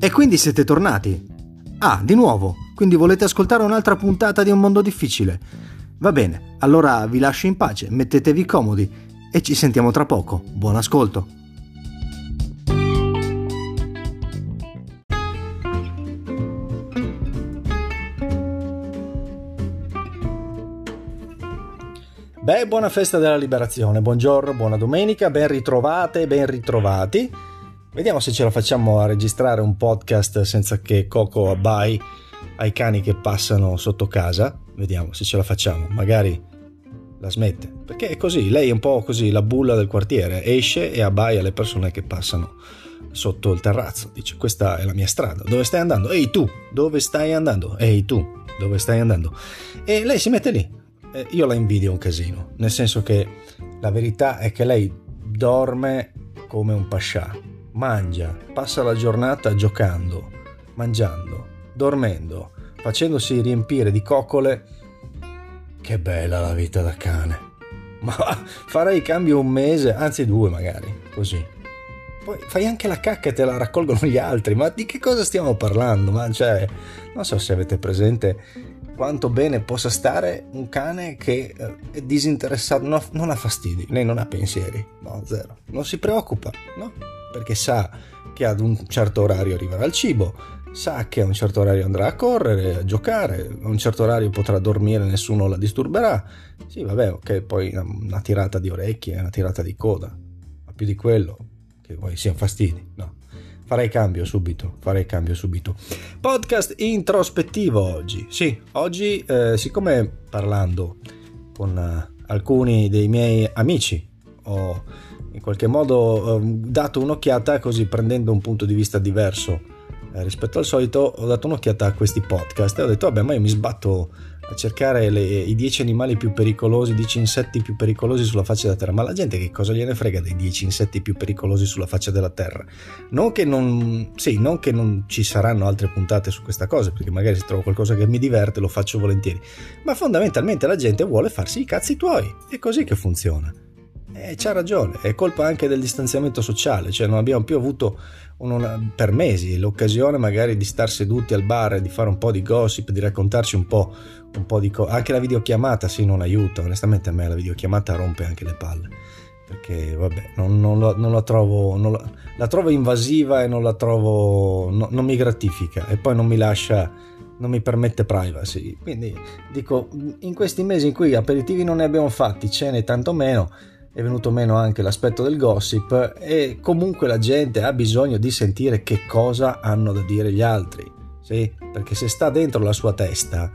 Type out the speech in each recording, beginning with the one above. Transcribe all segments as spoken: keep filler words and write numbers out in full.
E quindi siete tornati? Ah, di nuovo, quindi volete ascoltare un'altra puntata di Un Mondo Difficile? Va bene, allora vi lascio in pace, mettetevi comodi e ci sentiamo tra poco. Buon ascolto! Beh, buona festa della liberazione, buongiorno, buona domenica, ben ritrovate, ben ritrovati. Vediamo se ce la facciamo a registrare un podcast senza che Coco abbai ai cani che passano sotto casa. Vediamo se ce la facciamo, magari la smette, perché è così, lei è un po' così, la bulla del quartiere, esce e abbaia alle persone che passano sotto il terrazzo, dice questa è la mia strada, dove stai andando? Ehi tu, dove stai andando? Ehi tu, dove stai andando? E lei si mette lì, e io la invidio un casino, nel senso che la verità è che lei dorme come un pascià, mangia, passa la giornata giocando, mangiando, dormendo, facendosi riempire di coccole. Che bella la vita da cane. Ma farei cambio un mese, anzi due magari, così. Poi fai anche la cacca e te la raccolgono gli altri. Ma di che cosa stiamo parlando? Ma cioè, non so se avete presente quanto bene possa stare un cane che è disinteressato, no, non ha fastidi, lei non ha pensieri, no, zero. Non si preoccupa, no? Perché sa che ad un certo orario arriverà il cibo, sa che a un certo orario andrà a correre, a giocare, a un certo orario potrà dormire, nessuno la disturberà. Sì, vabbè, ok, poi una, una tirata di orecchie, una tirata di coda, ma più di quello che poi siano fastidi, no. Farei cambio subito, farei cambio subito. Podcast introspettivo oggi. Sì, oggi, eh, siccome parlando con uh, alcuni dei miei amici ho in qualche modo eh, dato un'occhiata, così prendendo un punto di vista diverso eh, rispetto al solito, ho dato un'occhiata a questi podcast e ho detto vabbè, ma io mi sbatto a cercare le, i dieci animali più pericolosi, i dieci insetti più pericolosi sulla faccia della terra. Ma la gente che cosa gliene frega dei dieci insetti più pericolosi sulla faccia della terra? Non che non, sì, non che non ci saranno altre puntate su questa cosa, perché magari se trovo qualcosa che mi diverte lo faccio volentieri, ma fondamentalmente la gente vuole farsi i cazzi tuoi, è così che funziona. E c'ha ragione, è colpa anche del distanziamento sociale, cioè non abbiamo più avuto una, per mesi l'occasione magari di star seduti al bar, di fare un po' di gossip, di raccontarci un po', un po' di cose. Anche la videochiamata sì non aiuta, onestamente a me la videochiamata rompe anche le palle, perché vabbè non, non, la, non la trovo, non la, la trovo invasiva e non la trovo, no, non mi gratifica e poi non mi lascia, non mi permette privacy. Quindi dico, in questi mesi in cui aperitivi non ne abbiamo fatti, cene tanto meno, è venuto meno anche l'aspetto del gossip e comunque la gente ha bisogno di sentire che cosa hanno da dire gli altri, sì? Perché se sta dentro la sua testa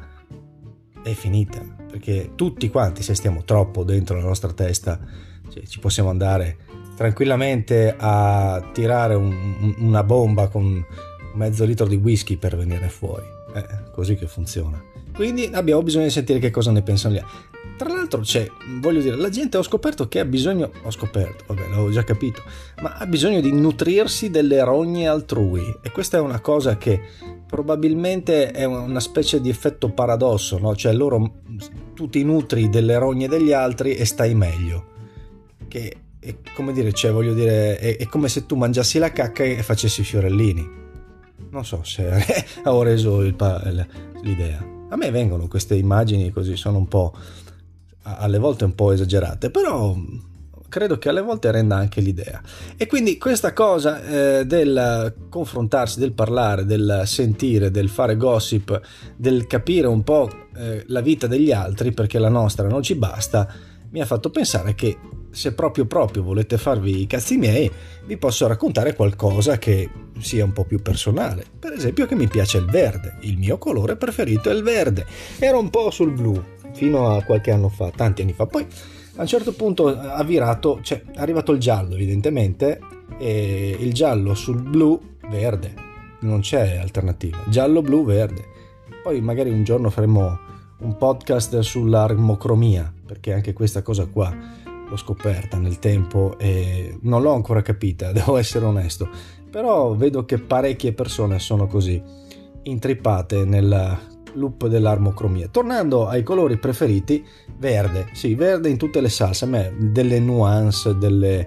è finita, perché tutti quanti, se stiamo troppo dentro la nostra testa, cioè, ci possiamo andare tranquillamente a tirare un, una bomba con mezzo litro di whisky per venire fuori, è così che funziona. Quindi abbiamo bisogno di sentire che cosa ne pensano gli altri. Tra l'altro c'è, voglio dire, la gente ho scoperto che ha bisogno, ho scoperto, vabbè l'avevo già capito, ma ha bisogno di nutrirsi delle rogne altrui e questa è una cosa che probabilmente è una specie di effetto paradosso, no? Cioè loro, tu ti nutri delle rogne degli altri e stai meglio, che è come dire, cioè voglio dire, è, è come se tu mangiassi la cacca e facessi fiorellini. Non so se ho reso il, l'idea. A me vengono queste immagini così, sono un po', alle volte un po' esagerate, però credo che alle volte renda anche l'idea. E quindi questa cosa eh, del confrontarsi, del parlare, del sentire, del fare gossip, del capire un po' eh, la vita degli altri, perché la nostra non ci basta, mi ha fatto pensare che se proprio proprio volete farvi i cazzi miei, vi posso raccontare qualcosa che sia un po' più personale. Per esempio che mi piace il verde, il mio colore preferito è il verde. Ero un po' sul blu fino a qualche anno fa, tanti anni fa, poi a un certo punto ha virato, cioè è arrivato il giallo evidentemente, e il giallo sul blu, verde, non c'è alternativa, giallo, blu, verde. Poi magari un giorno faremo un podcast sull'armocromia, perché anche questa cosa qua l'ho scoperta nel tempo e non l'ho ancora capita, devo essere onesto, però vedo che parecchie persone sono così intrippate nel loop dell'armocromia. Tornando ai colori preferiti, verde, sì, verde in tutte le salse, a me delle nuance, delle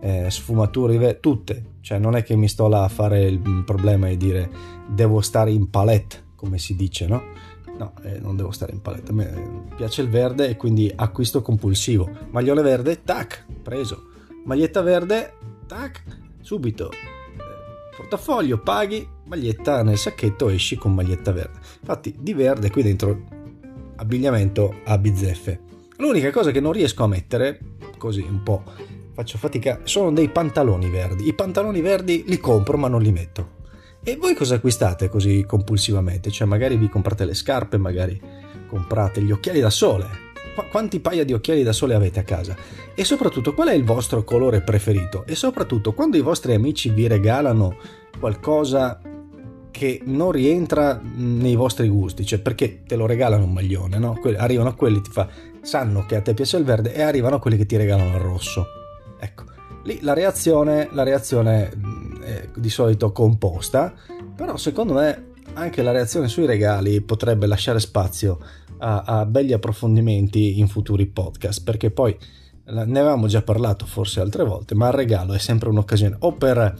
eh, sfumature, tutte, cioè non è che mi sto là a fare il problema e dire devo stare in palette, come si dice, no? No, eh, non devo stare in palette, a me piace il verde e quindi acquisto compulsivo. Maglione verde, tac, preso. Maglietta verde, tac, subito. Portafoglio, paghi, maglietta nel sacchetto, esci con maglietta verde. Infatti di verde qui dentro abbigliamento a bizzeffe. L'unica cosa che non riesco a mettere, così un po' faccio fatica, sono dei pantaloni verdi. I pantaloni verdi li compro ma non li metto. E voi cosa acquistate così compulsivamente? Cioè magari vi comprate le scarpe, magari comprate gli occhiali da sole. Qu- quanti paia di occhiali da sole avete a casa? E soprattutto qual è il vostro colore preferito? E soprattutto quando i vostri amici vi regalano qualcosa che non rientra nei vostri gusti, cioè perché te lo regalano un maglione, no? Que- arrivano a quelli, ti fa, sanno che a te piace il verde e arrivano a quelli che ti regalano il rosso. Ecco, lì la reazione, la reazione è di solito composta, però secondo me anche la reazione sui regali potrebbe lasciare spazio a, a begli approfondimenti in futuri podcast, perché poi ne avevamo già parlato forse altre volte, ma il regalo è sempre un'occasione o per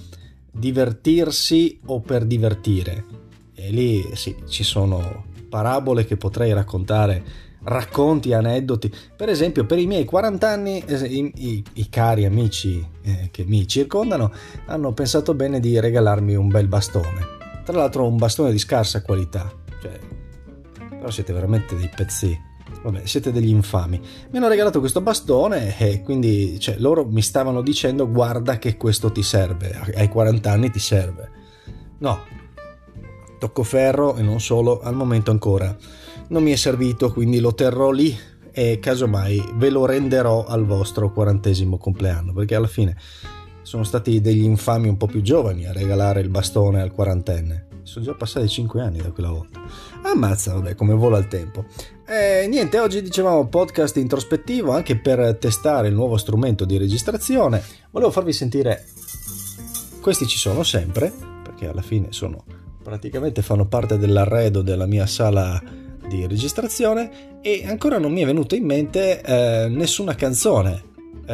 divertirsi o per divertire, e lì sì, ci sono parabole che potrei raccontare, racconti, aneddoti. Per esempio per i miei quaranta anni i, i, i cari amici eh, che mi circondano hanno pensato bene di regalarmi un bel bastone, tra l'altro un bastone di scarsa qualità, cioè, però siete veramente dei pezzi, vabbè, siete degli infami. Mi hanno regalato questo bastone e quindi, cioè, loro mi stavano dicendo guarda che questo ti serve, ai quaranta anni ti serve. No, tocco ferro e non solo, al momento ancora non mi è servito, quindi lo terrò lì e casomai ve lo renderò al vostro quarantesimo compleanno, perché alla fine sono stati degli infami un po' più giovani a regalare il bastone al quarantenne. Sono già passati cinque anni da quella volta. Ammazza, vabbè, come vola il tempo. E niente, oggi dicevamo podcast introspettivo anche per testare il nuovo strumento di registrazione. Volevo farvi sentire, questi ci sono sempre, perché alla fine sono praticamente fanno parte dell'arredo della mia sala di registrazione, e ancora non mi è venuta in mente eh, nessuna canzone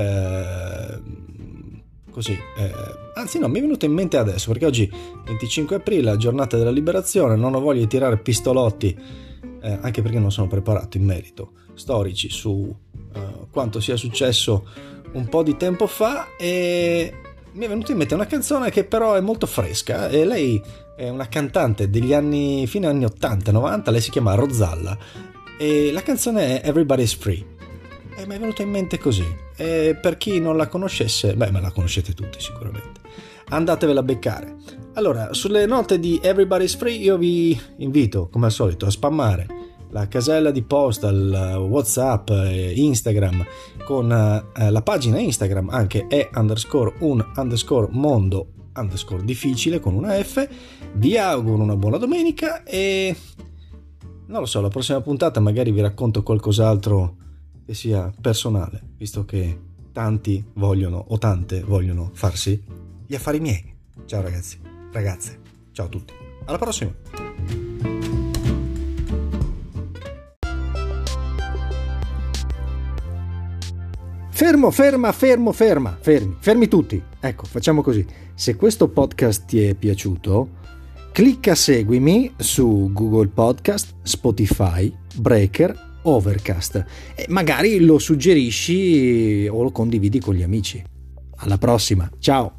eh, così eh, anzi no, mi è venuta in mente adesso, perché oggi venticinque aprile, la giornata della liberazione, non ho voglia di tirare pistolotti eh, anche perché non sono preparato in merito storici su eh, quanto sia successo un po' di tempo fa, e mi è venuta in mente una canzone che però è molto fresca, e lei è una cantante degli anni fine anni ottanta novanta, lei si chiama Rozzalla e la canzone è Everybody's Free, e mi è venuta in mente così. E per chi non la conoscesse, beh, ma la conoscete tutti sicuramente, andatevela a beccare. Allora, sulle note di Everybody's Free io vi invito come al solito a spammare la casella di posta, il WhatsApp, Instagram, con eh, la pagina Instagram anche è underscore un underscore mondo underscore difficile con una F. Vi auguro una buona domenica e non lo so, la prossima puntata magari vi racconto qualcos'altro che sia personale, visto che tanti vogliono o tante vogliono farsi gli affari miei. Ciao ragazzi, ragazze, ciao a tutti, alla prossima. Fermo, ferma, fermo, ferma, fermi, fermi tutti. Ecco, facciamo così. Se questo podcast ti è piaciuto, clicca seguimi su Google Podcast, Spotify, Breaker, Overcast e magari lo suggerisci o lo condividi con gli amici. Alla prossima, ciao!